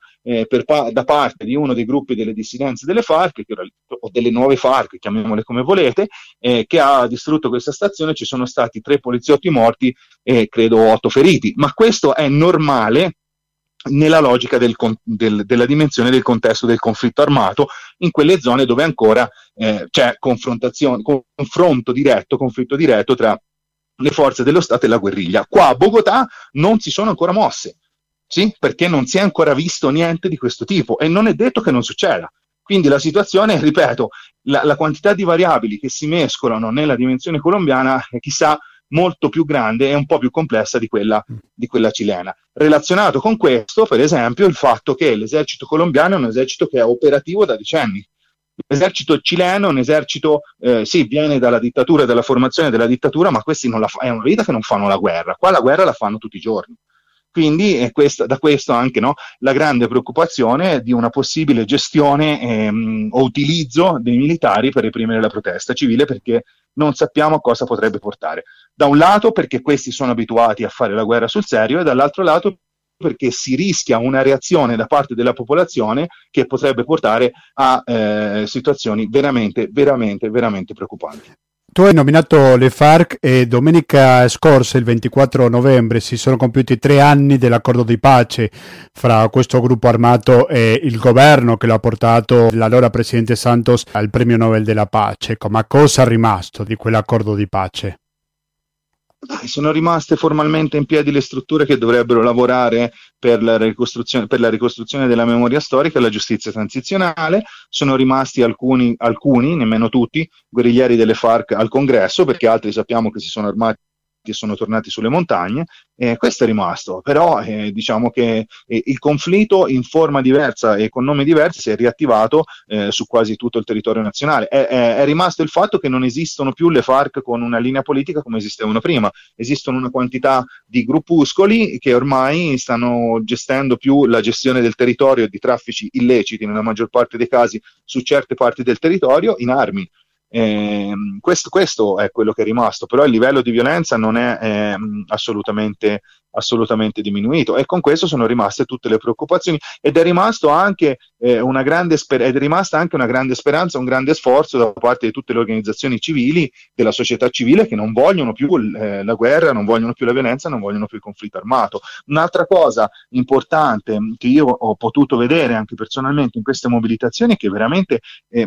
da parte di uno dei gruppi delle dissidenze delle FARC, o delle nuove FARC, chiamiamole come volete, che ha distrutto questa stazione. Ci sono stati 3 poliziotti morti e credo 8 feriti, ma questo è normale nella logica della dimensione del contesto del conflitto armato, in quelle zone dove ancora c'è conflitto diretto tra le forze dello Stato e la guerriglia. Qua a Bogotà non si sono ancora mosse, sì? Perché non si è ancora visto niente di questo tipo e non è detto che non succeda. Quindi la situazione, ripeto, la quantità di variabili che si mescolano nella dimensione colombiana è chissà molto più grande e un po' più complessa di quella cilena. Relazionato con questo, per esempio, il fatto che l'esercito colombiano è un esercito che è operativo da decenni. L'esercito cileno è un esercito, viene dalla dittatura, dalla formazione della dittatura, ma questi è una vita che non fanno la guerra. Qua la guerra la fanno tutti i giorni. Quindi da questo anche, no, la grande preoccupazione di una possibile gestione o utilizzo dei militari per reprimere la protesta civile, perché non sappiamo a cosa potrebbe portare. Da un lato perché questi sono abituati a fare la guerra sul serio, e dall'altro lato perché si rischia una reazione da parte della popolazione che potrebbe portare a situazioni veramente, veramente, veramente preoccupanti. Tu hai nominato le FARC e domenica scorsa, il 24 novembre, si sono compiuti 3 anni dell'accordo di pace fra questo gruppo armato e il governo che lo ha portato l'allora presidente Santos al premio Nobel della pace. Ma cosa è rimasto di quell'accordo di pace? Sono rimaste formalmente in piedi le strutture che dovrebbero lavorare per la ricostruzione della memoria storica e la giustizia transizionale. Sono rimasti alcuni, nemmeno tutti, guerriglieri delle FARC al congresso, perché altri sappiamo che si sono armati e sono tornati sulle montagne. Questo è rimasto, però diciamo che il conflitto in forma diversa e con nomi diversi si è riattivato su quasi tutto il territorio nazionale. È rimasto il fatto che non esistono più le FARC con una linea politica come esistevano prima, esistono una quantità di gruppuscoli che ormai stanno gestendo più la gestione del territorio e di traffici illeciti nella maggior parte dei casi su certe parti del territorio in armi. Questo è quello che è rimasto, però il livello di violenza non è assolutamente diminuito, e con questo sono rimaste tutte le preoccupazioni, ed è rimasto anche una grande rimasta anche una grande speranza, un grande sforzo da parte di tutte le organizzazioni civili, della società civile, che non vogliono più la guerra, non vogliono più la violenza, non vogliono più il conflitto armato. Un'altra cosa importante che io ho potuto vedere anche personalmente in queste mobilitazioni è che veramente,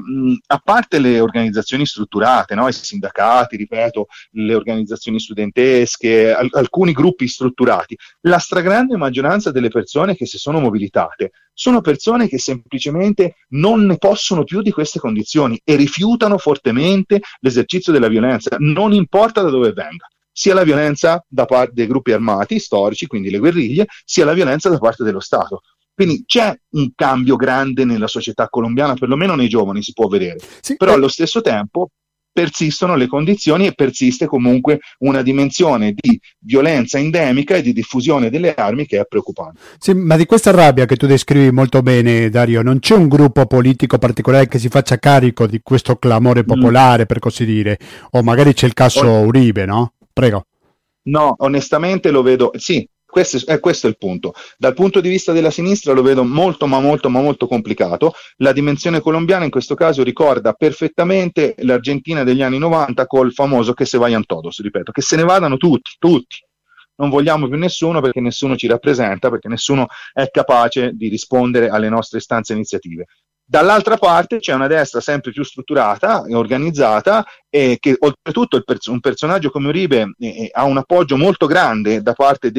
a parte le organizzazioni strutturate, no? I sindacati, ripeto, le organizzazioni studentesche, alcuni gruppi strutturati, la stragrande maggioranza delle persone che si sono mobilitate sono persone che semplicemente non ne possono più di queste condizioni e rifiutano fortemente l'esercizio della violenza, non importa da dove venga, sia la violenza da parte dei gruppi armati storici, quindi le guerriglie, sia la violenza da parte dello Stato. Quindi c'è un cambio grande nella società colombiana, perlomeno nei giovani si può vedere, sì, però allo stesso tempo persistono le condizioni e persiste comunque una dimensione di violenza endemica e di diffusione delle armi che è preoccupante. Sì, ma di questa rabbia che tu descrivi molto bene, Dario, non c'è un gruppo politico particolare che si faccia carico di questo clamore popolare, per così dire, o magari c'è il caso Uribe, no? Prego. No, onestamente lo vedo, sì. Questo è il punto. Dal punto di vista della sinistra lo vedo molto complicato. La dimensione colombiana in questo caso ricorda perfettamente l'Argentina degli anni 90 col famoso che se vayan todos, ripeto, che se ne vadano tutti. Non vogliamo più nessuno perché nessuno ci rappresenta, perché nessuno è capace di rispondere alle nostre istanze e iniziative. Dall'altra parte c'è una destra sempre più strutturata e organizzata, e che oltretutto un personaggio come Uribe ha un appoggio molto grande da parte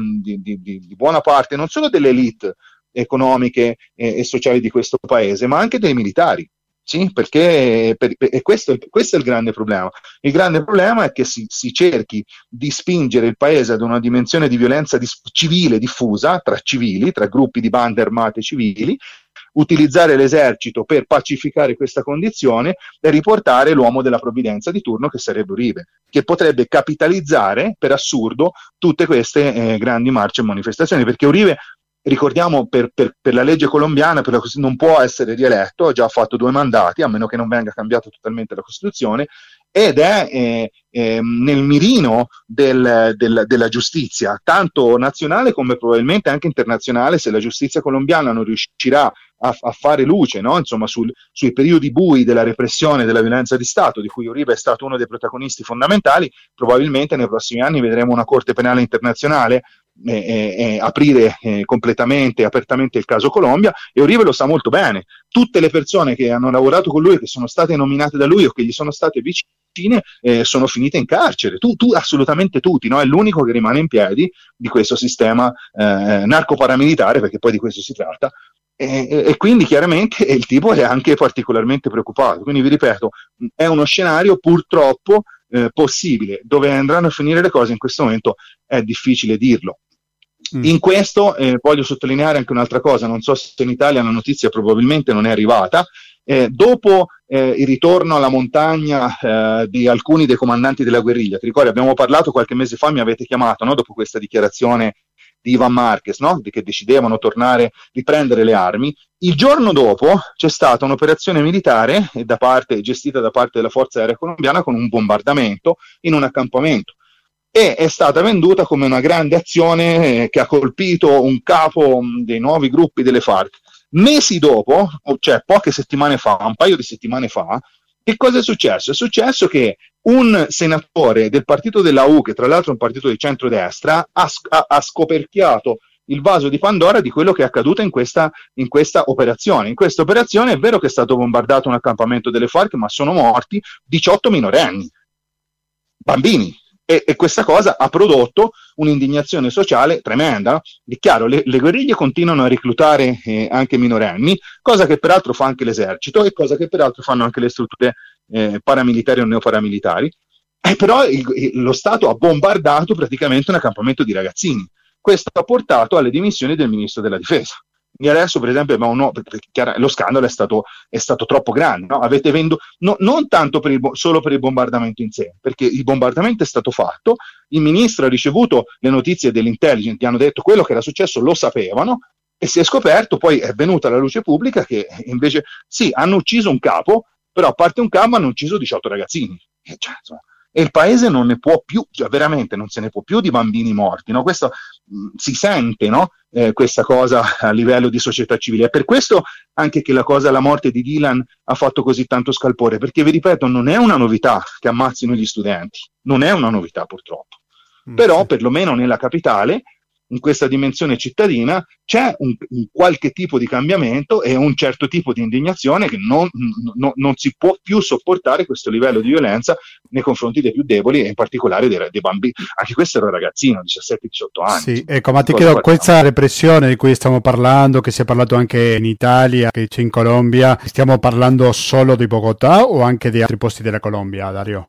di buona parte non solo delle elite economiche e sociali di questo paese, ma anche dei militari. Sì, perché questo è il grande problema. Il grande problema è che si cerchi di spingere il paese ad una dimensione di violenza civile diffusa tra civili, tra gruppi di bande armate civili, utilizzare l'esercito per pacificare questa condizione e riportare l'uomo della provvidenza di turno, che sarebbe Uribe, che potrebbe capitalizzare per assurdo tutte queste grandi marce e manifestazioni, perché Uribe, ricordiamo, per la legge colombiana non può essere rieletto, ha già fatto 2 mandati, a meno che non venga cambiata totalmente la Costituzione, ed è nel mirino della giustizia, tanto nazionale come probabilmente anche internazionale, se la giustizia colombiana non riuscirà a fare luce, no? Insomma, sui periodi bui della repressione della violenza di Stato, di cui Uribe è stato uno dei protagonisti fondamentali. Probabilmente nei prossimi anni vedremo una Corte Penale Internazionale aprire completamente e apertamente il caso Colombia, e Uribe lo sa molto bene. Tutte le persone che hanno lavorato con lui, che sono state nominate da lui o che gli sono state vicine, sono finite in carcere, assolutamente tutti, no? È l'unico che rimane in piedi di questo sistema narco-paramilitare, perché poi di questo si tratta, e quindi chiaramente il tipo è anche particolarmente preoccupato. Quindi vi ripeto, è uno scenario purtroppo possibile. Dove andranno a finire le cose in questo momento è difficile dirlo. In questo voglio sottolineare anche un'altra cosa: non so se in Italia la notizia probabilmente non è arrivata. Dopo il ritorno alla montagna di alcuni dei comandanti della guerriglia, ti ricordi, abbiamo parlato qualche mese fa, mi avete chiamato, no? Dopo questa dichiarazione di Iván Márquez, no? Che decidevano tornare, riprendere le armi. Il giorno dopo c'è stata un'operazione militare gestita da parte della Forza Aerea Colombiana con un bombardamento in un accampamento, e è stata venduta come una grande azione che ha colpito un capo dei nuovi gruppi delle FARC. Mesi dopo, cioè poche settimane fa, un paio di settimane fa, che cosa è successo? È successo che un senatore del partito della U, che tra l'altro è un partito di centrodestra, ha scoperchiato il vaso di Pandora di quello che è accaduto in questa operazione. In questa operazione è vero che è stato bombardato un accampamento delle FARC, ma sono morti 18 minorenni, bambini. E questa cosa ha prodotto un'indignazione sociale tremenda. È chiaro, le guerriglie continuano a reclutare anche minorenni, cosa che peraltro fa anche l'esercito e cosa che peraltro fanno anche le strutture paramilitari o neoparamilitari. Però lo Stato ha bombardato praticamente un accampamento di ragazzini. Questo ha portato alle dimissioni del ministro della difesa. E adesso, per esempio, lo scandalo è stato troppo grande. No? Avete non tanto solo per il bombardamento in sé, perché il bombardamento è stato fatto, il ministro ha ricevuto le notizie dell'intelligence, gli hanno detto quello che era successo, lo sapevano, e si è scoperto, poi è venuta alla luce pubblica che invece sì, hanno ucciso un capo, però a parte un capo hanno ucciso 18 ragazzini. E il paese non ne può più, cioè veramente non se ne può più di bambini morti, no? Questo si sente, no? Questa cosa a livello di società civile. È per questo anche che la morte di Dylan ha fatto così tanto scalpore, perché vi ripeto, non è una novità che ammazzino gli studenti, non è una novità purtroppo, però sì, perlomeno nella capitale, in questa dimensione cittadina, c'è un qualche tipo di cambiamento e un certo tipo di indignazione che non si può più sopportare questo livello di violenza nei confronti dei più deboli e in particolare dei bambini. Anche questo era un ragazzino, 17-18 anni. Sì, ecco, ma ti chiedo, questa repressione di cui stiamo parlando, che si è parlato anche in Italia, che c'è in Colombia, stiamo parlando solo di Bogotà o anche di altri posti della Colombia, Dario?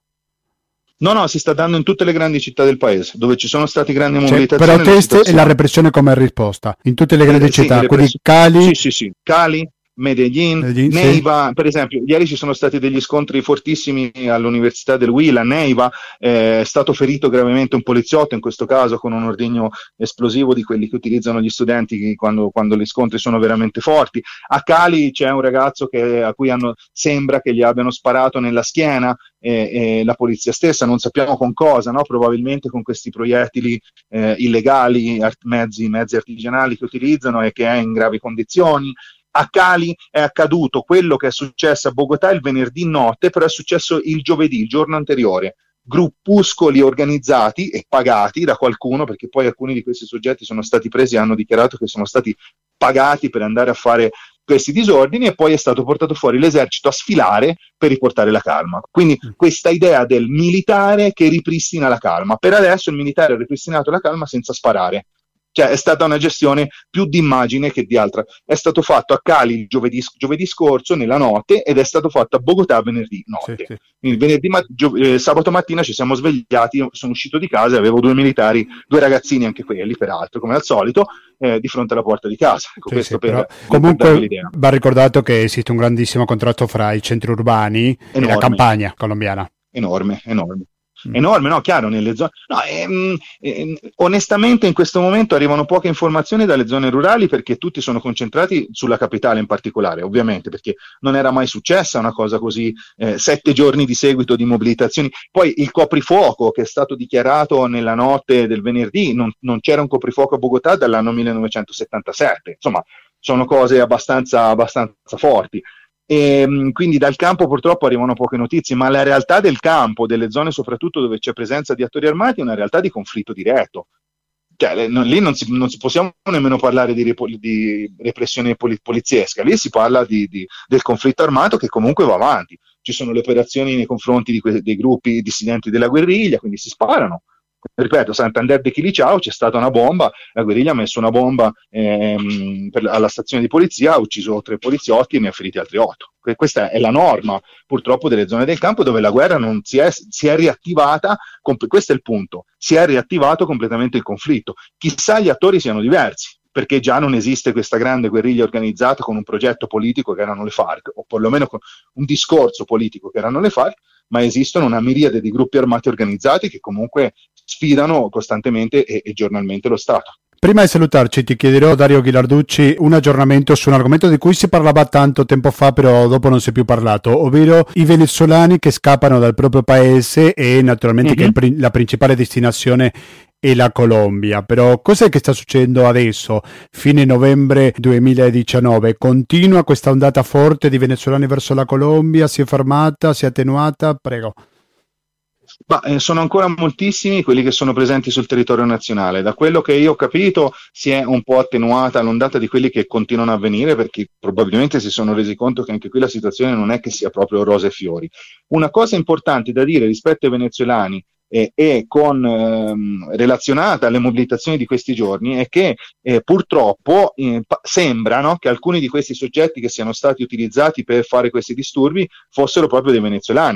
No, si sta dando in tutte le grandi città del paese, dove ci sono state grandi mobilitazioni. Proteste e la repressione come risposta, in tutte le grandi città, quindi Cali... Sì, Cali, Medellin, Neiva, sì. Per esempio, ieri ci sono stati degli scontri fortissimi all'Università del Huila, Neiva, è stato ferito gravemente un poliziotto, in questo caso con un ordigno esplosivo di quelli che utilizzano gli studenti quando gli scontri sono veramente forti. A Cali c'è un ragazzo a cui sembra che gli abbiano sparato nella schiena, la polizia stessa, non sappiamo con cosa, no? Probabilmente con questi proiettili illegali, mezzi artigianali che utilizzano e che è in gravi condizioni. A Cali è accaduto quello che è successo a Bogotà il venerdì notte, però è successo il giovedì, il giorno anteriore. Gruppuscoli organizzati e pagati da qualcuno, perché poi alcuni di questi soggetti sono stati presi e hanno dichiarato che sono stati pagati per andare a fare questi disordini, e poi è stato portato fuori l'esercito a sfilare per riportare la calma. Quindi questa idea del militare che ripristina la calma. Per adesso il militare ha ripristinato la calma senza sparare. Cioè è stata una gestione più di immagine che di altra. È stato fatto a Cali il giovedì scorso nella notte ed è stato fatto a Bogotà venerdì notte. Sì. Quindi sabato mattina ci siamo svegliati, io sono uscito di casa e avevo 2 militari, 2 ragazzini anche quelli peraltro come al solito, di fronte alla porta di casa. Ecco, questo comunque va ricordato che esiste un grandissimo contrasto fra i centri urbani e la campagna colombiana. Enorme. Enorme, no? Chiaro, nelle zone. No, onestamente in questo momento arrivano poche informazioni dalle zone rurali, perché tutti sono concentrati sulla capitale in particolare, ovviamente, perché non era mai successa una cosa così, 7 giorni di seguito di mobilitazioni. Poi il coprifuoco che è stato dichiarato nella notte del venerdì, non c'era un coprifuoco a Bogotà dall'anno 1977. Insomma, sono cose abbastanza forti. E quindi dal campo purtroppo arrivano poche notizie, ma la realtà del campo, delle zone soprattutto dove c'è presenza di attori armati, è una realtà di conflitto diretto. Cioè, lì non si possiamo nemmeno parlare di repressione poliziesca, lì si parla del conflitto armato che comunque va avanti. Ci sono le operazioni nei confronti dei gruppi dissidenti della guerriglia, quindi si sparano. Ripeto, Santander de Quilicao c'è stata una bomba, la guerriglia ha messo una bomba alla stazione di polizia, ha ucciso 3 poliziotti e ne ha feriti altri 8. Questa è la norma purtroppo delle zone del campo dove la guerra non si è riattivata, questo è il punto, si è riattivato completamente il conflitto. Chissà gli attori siano diversi, perché già non esiste questa grande guerriglia organizzata con un progetto politico che erano le FARC, o perlomeno con un discorso politico che erano le FARC, ma esistono una miriade di gruppi armati organizzati che comunque sfidano costantemente e giornalmente lo Stato. Prima di salutarci ti chiederò, Dario Ghilarducci, un aggiornamento su un argomento di cui si parlava tanto tempo fa però dopo non si è più parlato, ovvero i venezuelani che scappano dal proprio paese e naturalmente che la principale destinazione è la Colombia. Però cos'è che sta succedendo adesso? Fine novembre 2019 continua questa ondata forte di venezuelani verso la Colombia? Si è fermata? Si è attenuata? Prego. Sono ancora moltissimi quelli che sono presenti sul territorio nazionale. Da quello che io ho capito si è un po' attenuata l'ondata di quelli che continuano a venire, perché probabilmente si sono resi conto che anche qui la situazione non è che sia proprio rose e fiori. Una cosa importante da dire rispetto ai venezuelani e relazionata alle mobilitazioni di questi giorni è che purtroppo sembra che alcuni di questi soggetti che siano stati utilizzati per fare questi disturbi fossero proprio dei venezuelani.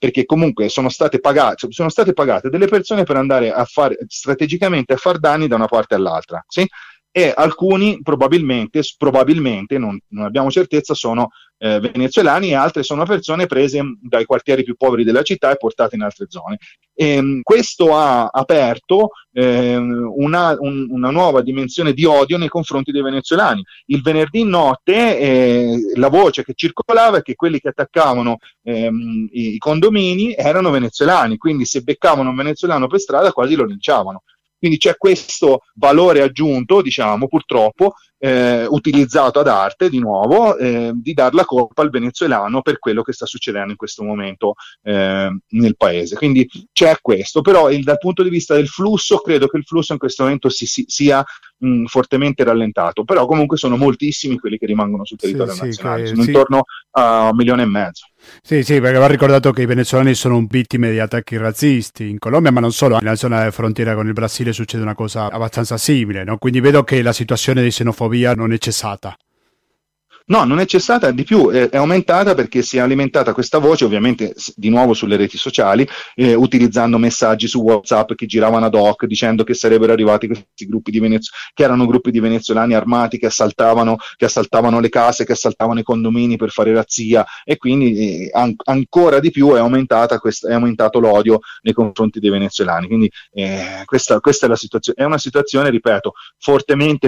perché comunque sono state pagate delle persone per andare a fare strategicamente a far danni da una parte all'altra, sì? E alcuni probabilmente non abbiamo certezza, sono venezuelani, e altre sono persone prese dai quartieri più poveri della città e portate in altre zone. Questo ha aperto una nuova dimensione di odio nei confronti dei venezuelani. Il venerdì notte la voce che circolava è che quelli che attaccavano i condomini erano venezuelani, quindi se beccavano un venezuelano per strada quasi lo linciavano. Quindi c'è questo valore aggiunto, diciamo, purtroppo, utilizzato ad arte, di nuovo, di dar la colpa al venezuelano per quello che sta succedendo in questo momento nel paese. Quindi c'è questo, però dal punto di vista del flusso, credo che il flusso in questo momento sia fortemente rallentato, però comunque sono moltissimi quelli che rimangono sul territorio nazionale, sono intorno a 1,5 milioni. Sì, perché va ricordato che i venezuelani sono vittime di attacchi razzisti in Colombia, ma non solo, nella zona di frontiera con il Brasile succede una cosa abbastanza simile, no? Quindi vedo che la situazione di xenofobia non è cessata. No, non è cessata, di più è aumentata, perché si è alimentata questa voce, ovviamente di nuovo sulle reti sociali, utilizzando messaggi su WhatsApp che giravano ad hoc dicendo che sarebbero arrivati questi gruppi che erano gruppi di venezuelani armati che assaltavano le case, che assaltavano i condomini per fare razzia, e quindi ancora di più è aumentato l'odio nei confronti dei venezuelani. Quindi questa è la situazione, è una situazione, ripeto, fortemente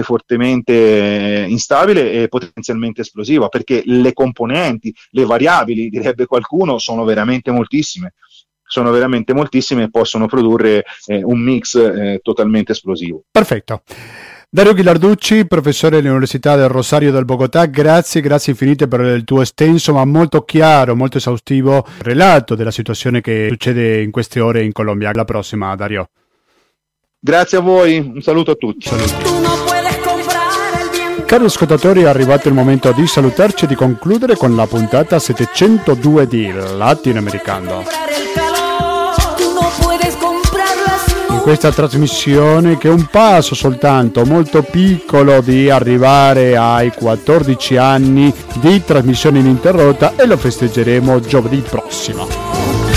instabile e potenzialmente esplosiva, perché le componenti, le variabili, direbbe qualcuno, sono veramente moltissime e possono produrre un mix totalmente esplosivo. Perfetto. Dario Ghilarducci, professore all'Università del Rosario del Bogotà, grazie infinite per il tuo estenso ma molto chiaro, molto esaustivo relato della situazione che succede in queste ore in Colombia. Alla prossima, Dario. Grazie a voi, un saluto a tutti. Cari ascoltatori, è arrivato il momento di salutarci e di concludere con la puntata 702 di Latinoamericano. In questa trasmissione, che è un passo soltanto molto piccolo di arrivare ai 14 anni di trasmissione ininterrotta, e lo festeggeremo giovedì prossimo.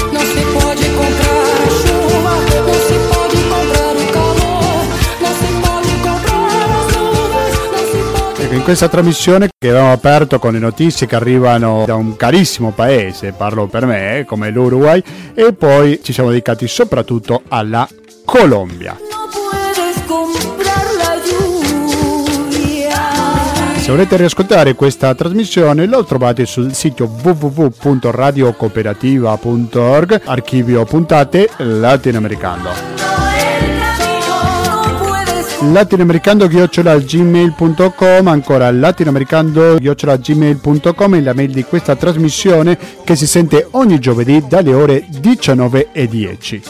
In questa trasmissione, che abbiamo aperto con le notizie che arrivano da un carissimo paese, parlo per me, come l'Uruguay, e poi ci siamo dedicati soprattutto alla Colombia. Se volete riascoltare questa trasmissione, lo trovate sul sito www.radiocooperativa.org, archivio puntate Latinoamericano. latinoamericando@gmail.com, ancora latinoamericando@gmail.com è la mail di questa trasmissione, che si sente ogni giovedì dalle ore 19:10.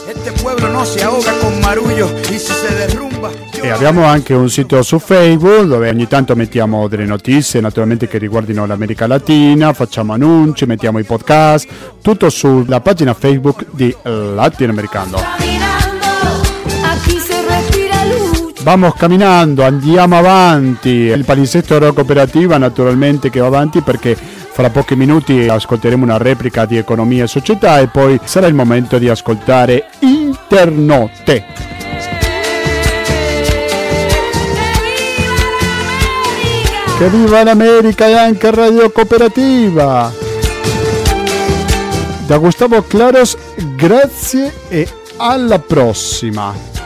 E abbiamo anche un sito su Facebook dove ogni tanto mettiamo delle notizie, naturalmente, che riguardino l'America Latina, facciamo annunci, mettiamo i podcast, tutto sulla pagina Facebook di Latinoamericando. Vamos camminando, andiamo avanti. Il palinsesto della cooperativa naturalmente che va avanti, perché fra pochi minuti ascolteremo una replica di Economia e Società, e poi sarà il momento di ascoltare Internotte. Che viva l'America e anche Radio Cooperativa! Da Gustavo Claros, grazie e alla prossima!